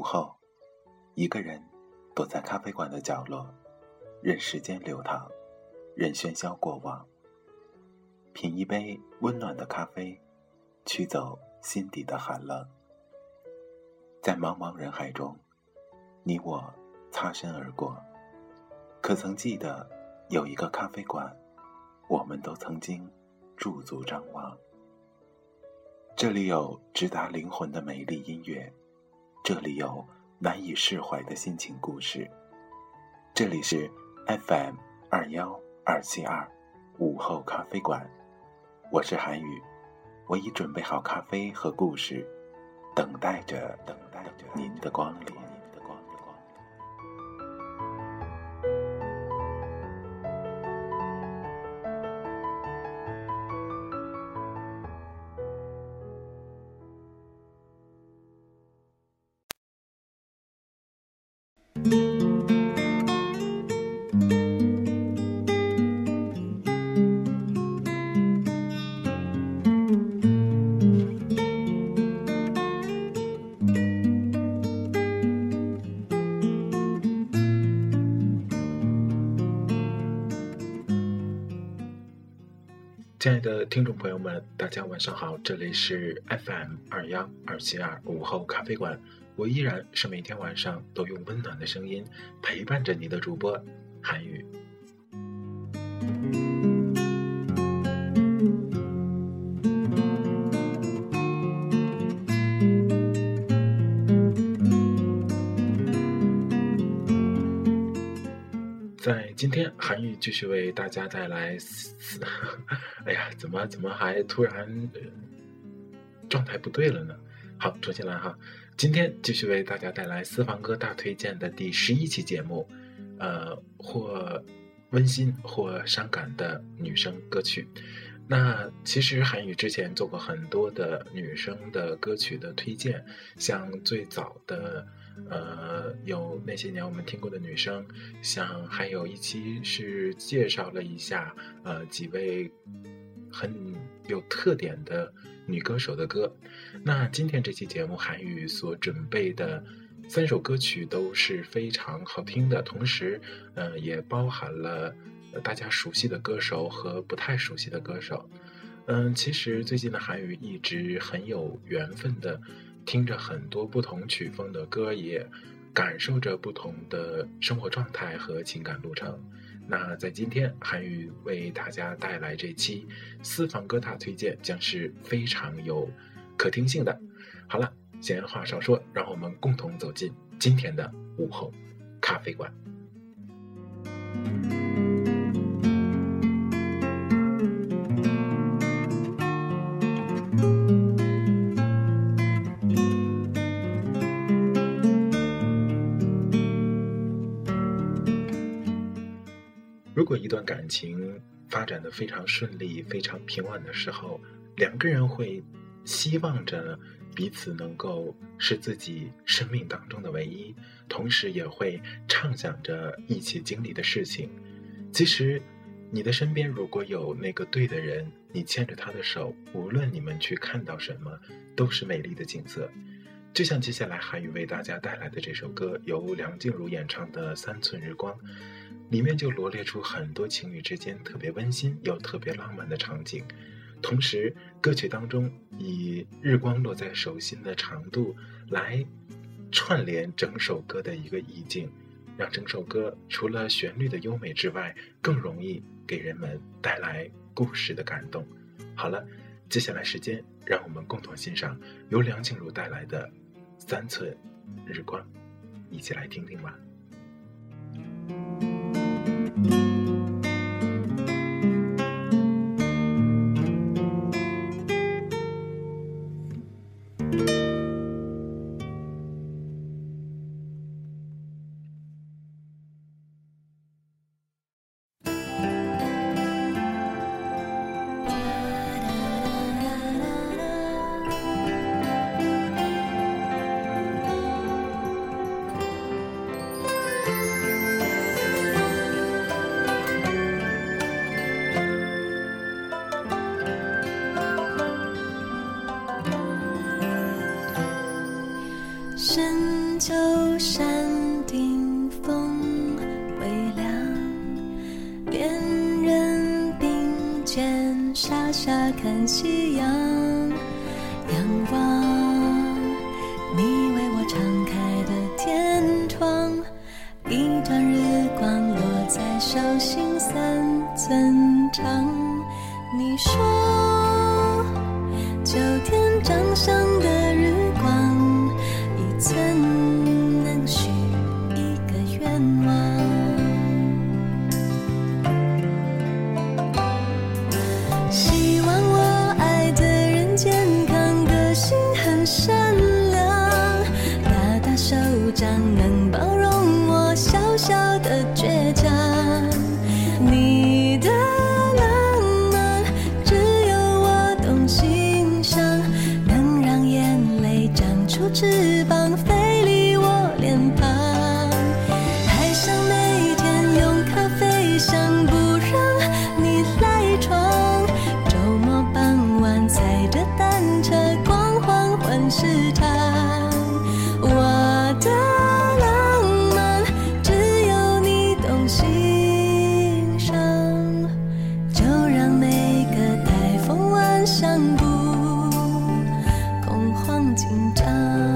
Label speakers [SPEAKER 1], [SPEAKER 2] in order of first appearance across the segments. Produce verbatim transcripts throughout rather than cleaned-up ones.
[SPEAKER 1] 后，一个人躲在咖啡馆的角落，任时间流淌，任喧嚣过往，品一杯温暖的咖啡，驱走心底的寒冷。在茫茫人海中，你我擦身而过，可曾记得有一个咖啡馆，我们都曾经驻足张望。这里有直达灵魂的美丽音乐，这里有难以释怀的心情故事。这里是 F M 二一二七二 午后咖啡馆，我是韩宇，我已准备好咖啡和故事，等待着等待着您的光临。
[SPEAKER 2] 亲爱的听众朋友们，大家晚上好，这里是 F M 二一二七二 午后咖啡馆，我依然是每天晚上都用温暖的声音陪伴着你的主播韩宇。在今天，韩宇继续为大家带来哎呀，怎么怎么还突然、呃、状态不对了呢？好，重新来哈。今天继续为大家带来私房歌大推荐的第十一期节目，呃，或温馨或伤感的女生歌曲。那其实韩宇之前做过很多的女生的歌曲的推荐，像最早的呃，有那些年我们听过的女生，像还有一期是介绍了一下呃几位很有特点的女歌手的歌。那今天这期节目韩宇所准备的三首歌曲都是非常好听的，同时呃也包含了大家熟悉的歌手和不太熟悉的歌手。嗯，其实最近的韩语一直很有缘分的听着很多不同曲风的歌，也感受着不同的生活状态和情感路程。那在今天韩语为大家带来这期私房歌大推荐，将是非常有可听性的。好了，闲话少说，让我们共同走进今天的午后咖啡馆。如果一段感情发展得非常顺利、非常平稳的时候，两个人会希望着彼此能够是自己生命当中的唯一，同时也会畅想着一起经历的事情。其实你的身边如果有那个对的人，你牵着他的手，无论你们去看到什么，都是美丽的景色。就像接下来韩宇为大家带来的这首歌，由梁静茹演唱的《三寸日光》，里面就罗列出很多情侣之间特别温馨又特别浪漫的场景。同时歌曲当中以日光落在手心的长度来串联整首歌的一个意境，让整首歌除了旋律的优美之外，更容易给人们带来故事的感动。好了，接下来时间让我们共同欣赏由梁静茹带来的三寸日光，一起来听听吧。
[SPEAKER 3] 旧山顶风微凉，恋人并肩傻傻看夕阳，仰望你为我敞开的天窗，一段日光落在手心三寸长。你说秋天掌上的日光，一寸能许一个愿望。希望我爱的人健康，个性很善良，大大手掌能包容我小小的倔强。你的浪漫只有我懂欣赏，能让眼泪长出翅膀飞离我脸庞。还想每天用咖啡香不让你赖床，周末傍晚踩着单车逛黄昏市场。我的浪漫只有你懂欣赏，就让每个台风晚上不恐慌紧张。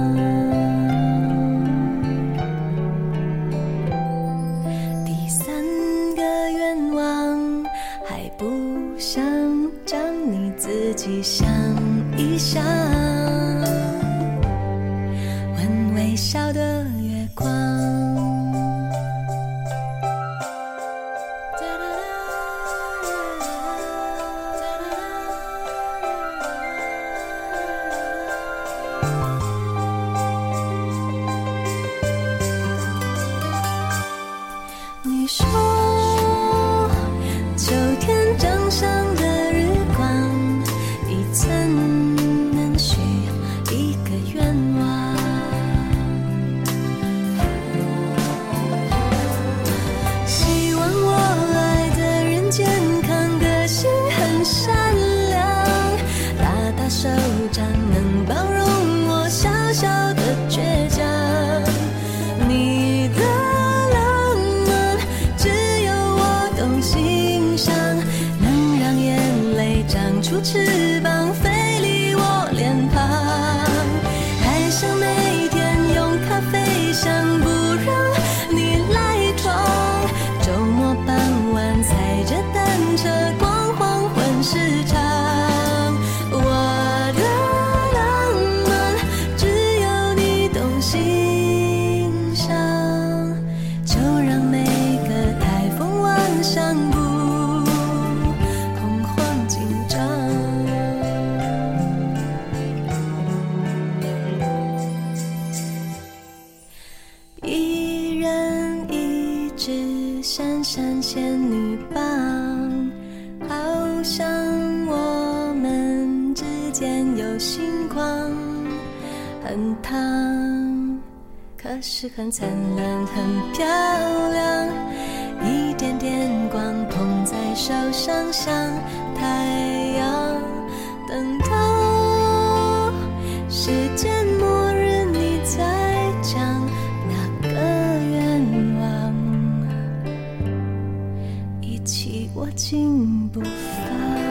[SPEAKER 3] 第三个愿望，还不想将你自己想一想，问微笑的月光。你说秋天掌上的日光，一寸能许一个愿望。希望我爱的人健康，个性很善良，大大手掌能包容我小小的倔强。你的浪漫只有我懂欣赏，能让眼泪长出翅膀飞离我脸庞。还想每天用咖啡香不让你赖床，周末傍晚踩着单车逛黄昏市场。我的浪漫只有你懂欣赏，就让每个台风晚上不恐慌紧张。一人一支闪闪仙女棒，好像我们之间有星光，很烫，可是很灿烂，很漂亮，一点点光碰在手上像太阳。等到世界末日你再讲那个愿望，一起握紧不放。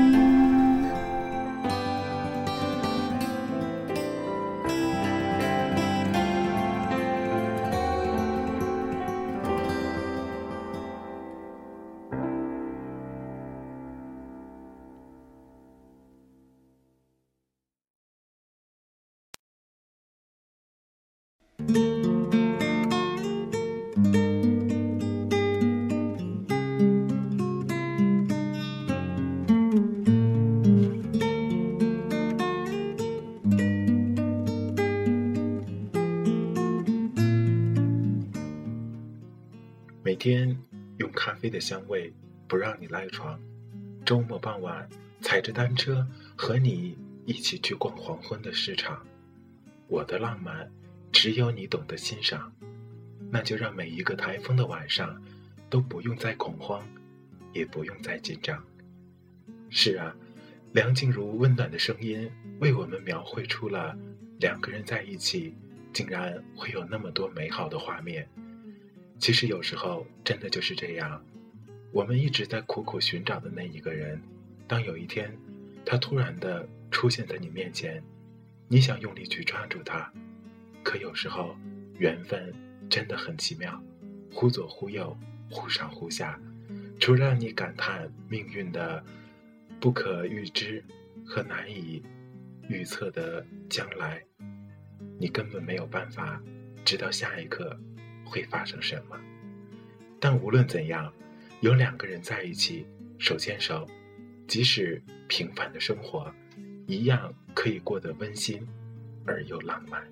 [SPEAKER 2] 每天用咖啡的香味不让你赖床，周末傍晚踩着单车和你一起去逛黄昏的市场。我的浪漫只有你懂得欣赏，那就让每一个台风的晚上都不用再恐慌，也不用再紧张。是啊，梁静茹温暖的声音为我们描绘出了两个人在一起竟然会有那么多美好的画面。其实有时候真的就是这样，我们一直在苦苦寻找的那一个人，当有一天他突然的出现在你面前，你想用力去抓住他，可有时候缘分真的很奇妙，忽左忽右，忽上忽下，除了让你感叹命运的不可预知和难以预测的将来，你根本没有办法知道下一刻会发生什么。但无论怎样，有两个人在一起手牵手，即使平凡的生活一样可以过得温馨而又浪漫。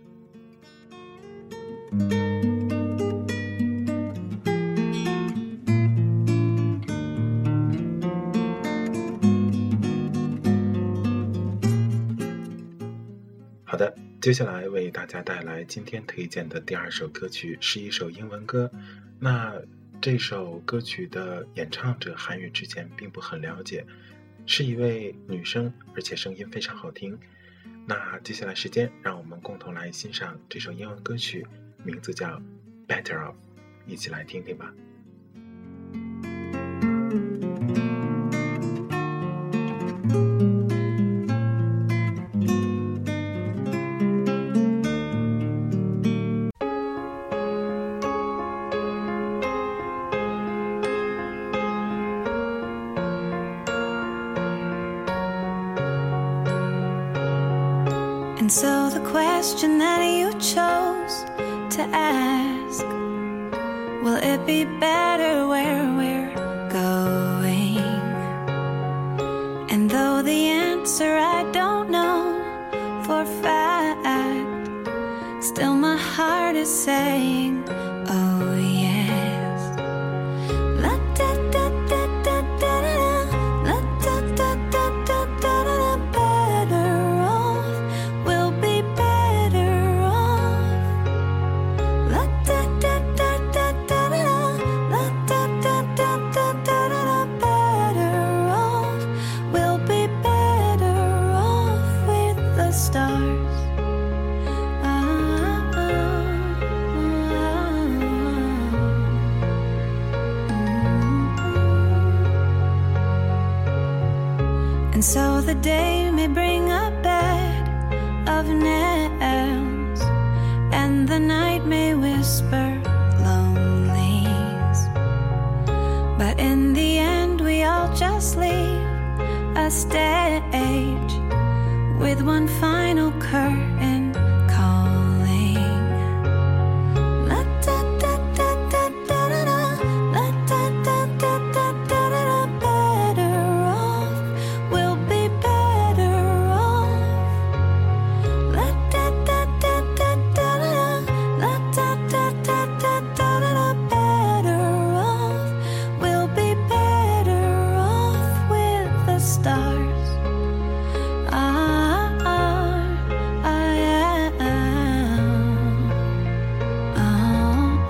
[SPEAKER 2] 好的，接下来为大家带来今天推荐的第二首歌曲，是一首英文歌。那这首歌曲的演唱者韩语之前并不很了解，是一位女生，而且声音非常好听。那接下来时间让我们共同来欣赏这首英文歌曲，名字叫 Better Off， 一起来听听吧。
[SPEAKER 3] And so the question that you chose to ask, will it be better where we're going? And though the answer I don't know for fact, still my heart is saying, oh yes. La da da da da da da, la da da da da da da, better off, we'll be better off. La da da da da da da, la da da da da da da, better off, we'll be better off with the stars. And so the day may bring a bed of nails, and the night may whisper lonelies, but in the end we all just leave a stage with one final curtain calling. La da da da da da da, la da da da da da da, better off, we'll be better off. La da da da da da da, la da da da da da da, better off, we'll be better off with the stars. Ah, ah, I am. Oh,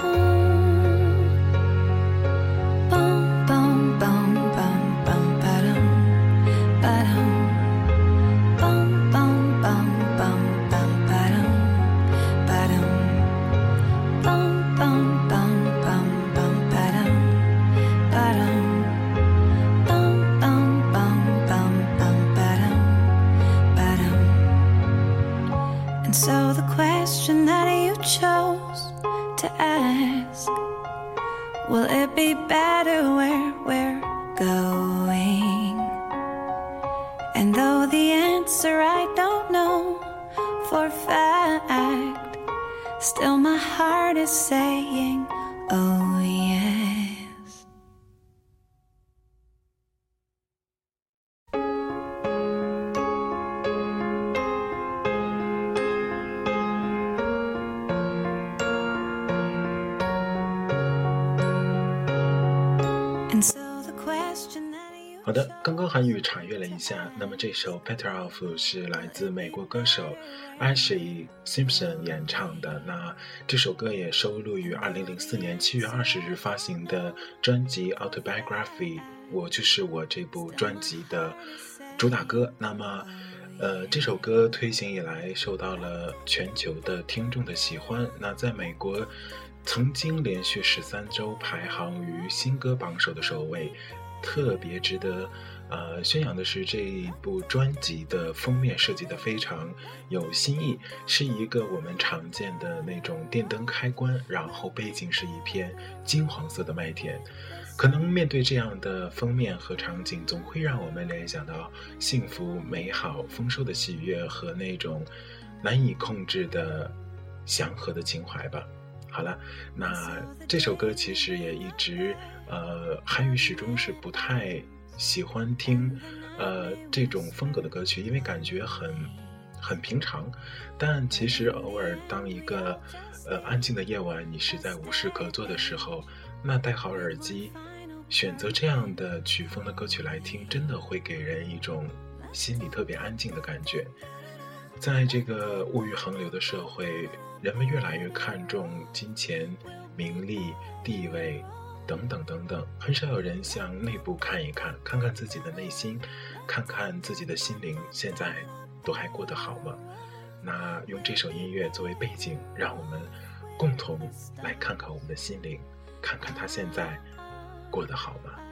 [SPEAKER 3] bum bum bum bum bum ba-dum, ba-dum, bum bum bum bum bum ba-dum, ba-dum, bum bum bum bum bum ba-dum, ba-dum, bum bum bum bum bum ba-dum, ba-dum. And so the question that you chose to ask, will it be better where we're going? And though the answer I don't know for fact, still my heart is saying, oh yes. And so the question that you
[SPEAKER 2] 好的，刚刚韩语查阅了一下，那么这首 Better Off 是来自美国歌手 Ashley Simpson 演唱的。那这首歌也收录于二零零四年七月二十日发行的专辑 Autobiography， 我就是我这部专辑的主打歌。那么呃，这首歌推行以来受到了全球的听众的喜欢。那在美国，曾经连续十三周排行于新歌榜首的首位。特别值得呃宣扬的是，这一部专辑的封面设计的非常有新意，是一个我们常见的那种电灯开关，然后背景是一片金黄色的麦田。可能面对这样的封面和场景，总会让我们联想到幸福、美好、丰收的喜悦和那种难以控制的祥和的情怀吧。好了，那这首歌其实也一直呃，韩语始终是不太喜欢听呃这种风格的歌曲，因为感觉很很平常。但其实偶尔当一个呃安静的夜晚，你实在无事可做的时候，那戴好耳机，选择这样的曲风的歌曲来听，真的会给人一种心里特别安静的感觉。在这个物欲横流的社会，人们越来越看重金钱、名利、地位等等等等，很少有人向内部看一看，看看自己的内心，看看自己的心灵现在都还过得好吗？那用这首音乐作为背景，让我们共同来看看我们的心灵，看看他现在过得好吗？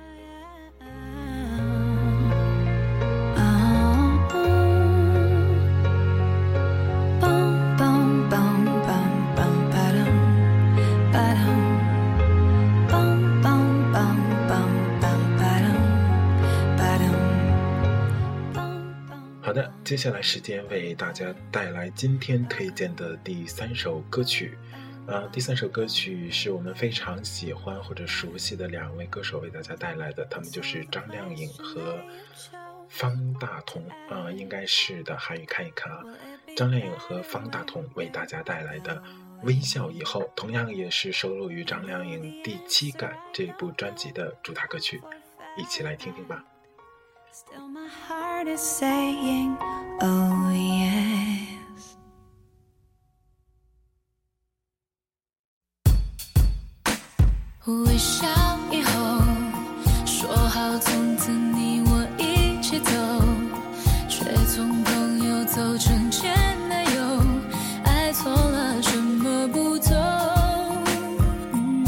[SPEAKER 2] 好的，接下来时间为大家带来今天推荐的第三首歌曲。呃，第三首歌曲是我们非常喜欢或者熟悉的两位歌手为大家带来的，他们就是张靓颖和方大同。呃，应该是的，韩语看一看啊。张靓颖和方大同为大家带来的《微笑以后》，同样也是收录于张靓颖《第七感》这部专辑的主打歌曲，一起来听听吧。
[SPEAKER 3] Still my heart is saying, oh yes. 微笑以后，说好从此你我一起走，却从朋友走成前男友，爱错了什么不走、嗯、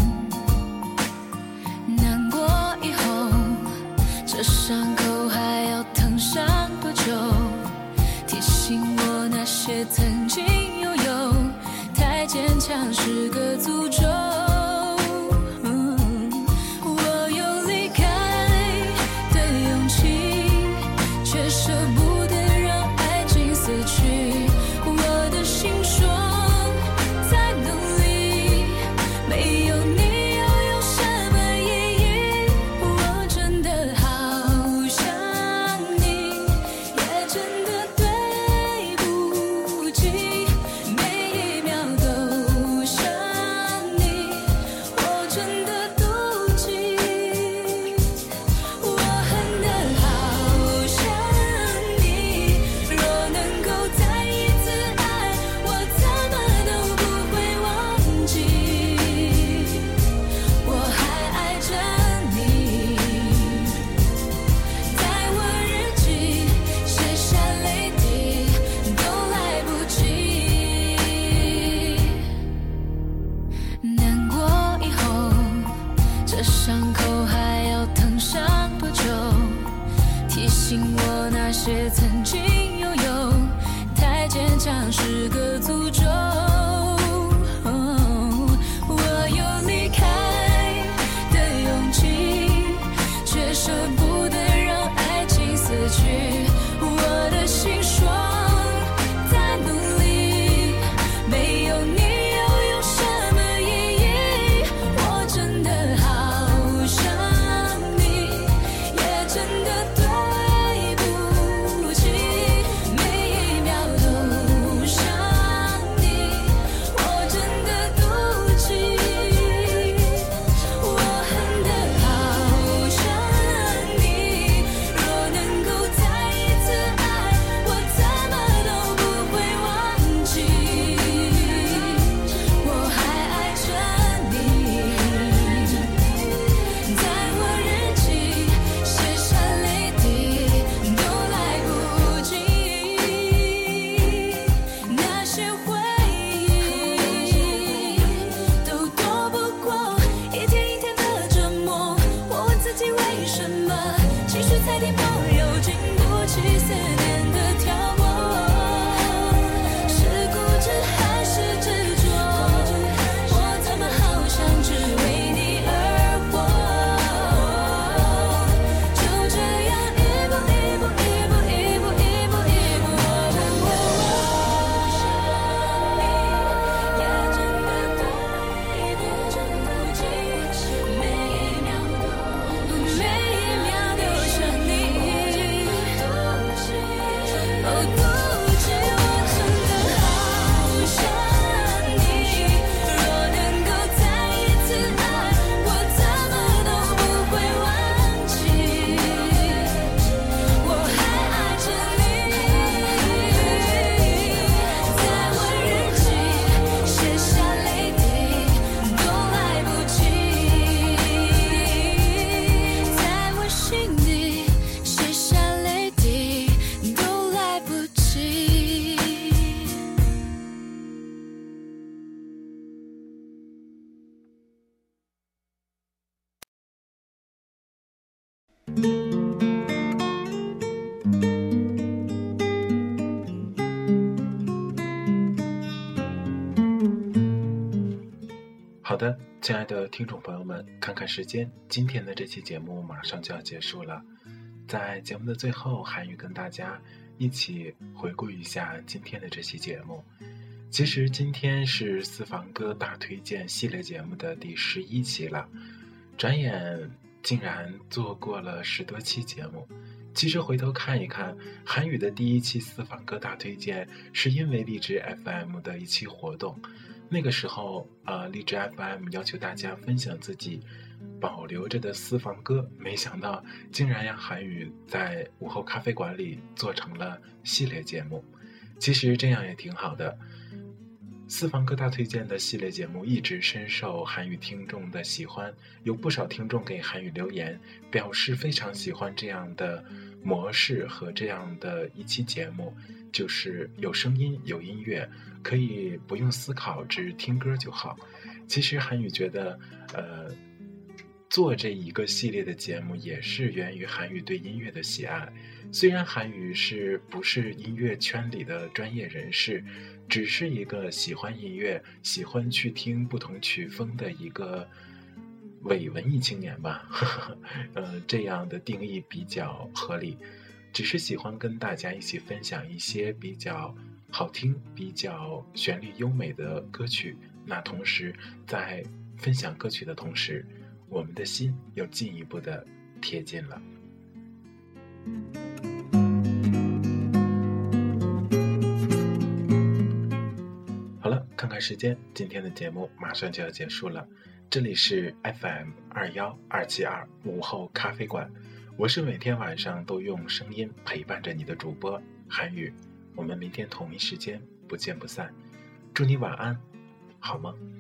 [SPEAKER 3] 难过以后，这伤口还要疼上多久？提醒我那些曾经拥有，太坚强是个诅咒。嗯、我有离开的勇气，却舍不得让爱情死去。我的心说再努力，没有你又有什么意义？我真的好想你，也真的对不起，每一秒都想你，我真的妒忌，我恨得好想你。若能够再一次爱，我怎么都不会忘记，我还爱着你。在我日记写下泪滴都来不及，难过以后，这伤口还要疼上多久？提醒我那些曾经拥有，太坚强是个诅咒。我有离开的勇气，却舍不得让爱情死去。我的心说再努力，没有你又有什么意义？我真的好想你，也真的对不起，
[SPEAKER 2] 好的，亲爱的听众朋友们，看看时间，今天的这期节目马上就要结束了。在节目的最后，韩语跟大家一起回顾一下今天的这期节目。其实今天是私房歌大推荐系列节目的第十一期了，转眼竟然做过了十多期节目。其实回头看一看，韩语的第一期私房歌大推荐是因为荔枝 F M 的一期活动。那个时候，呃，荔枝 F M 要求大家分享自己保留着的私房歌，没想到竟然让韩语在午后咖啡馆里做成了系列节目。其实这样也挺好的。私房歌大推荐的系列节目一直深受韩语听众的喜欢，有不少听众给韩语留言，表示非常喜欢这样的模式和这样的一期节目，就是有声音有音乐，可以不用思考，只听歌就好。其实韩语觉得呃，做这一个系列的节目也是源于韩语对音乐的喜爱。虽然韩语是不是音乐圈里的专业人士，只是一个喜欢音乐，喜欢去听不同曲风的一个伪文艺青年吧，呃，这样的定义比较合理。只是喜欢跟大家一起分享一些比较好听、比较旋律优美的歌曲。那同时，在分享歌曲的同时，我们的心又进一步的贴近了。好了，看看时间，今天的节目马上就要结束了。这里是 F M 二一二七二午后咖啡馆，我是每天晚上都用声音陪伴着你的主播韩语。我们明天同一时间不见不散，祝你晚安，好梦。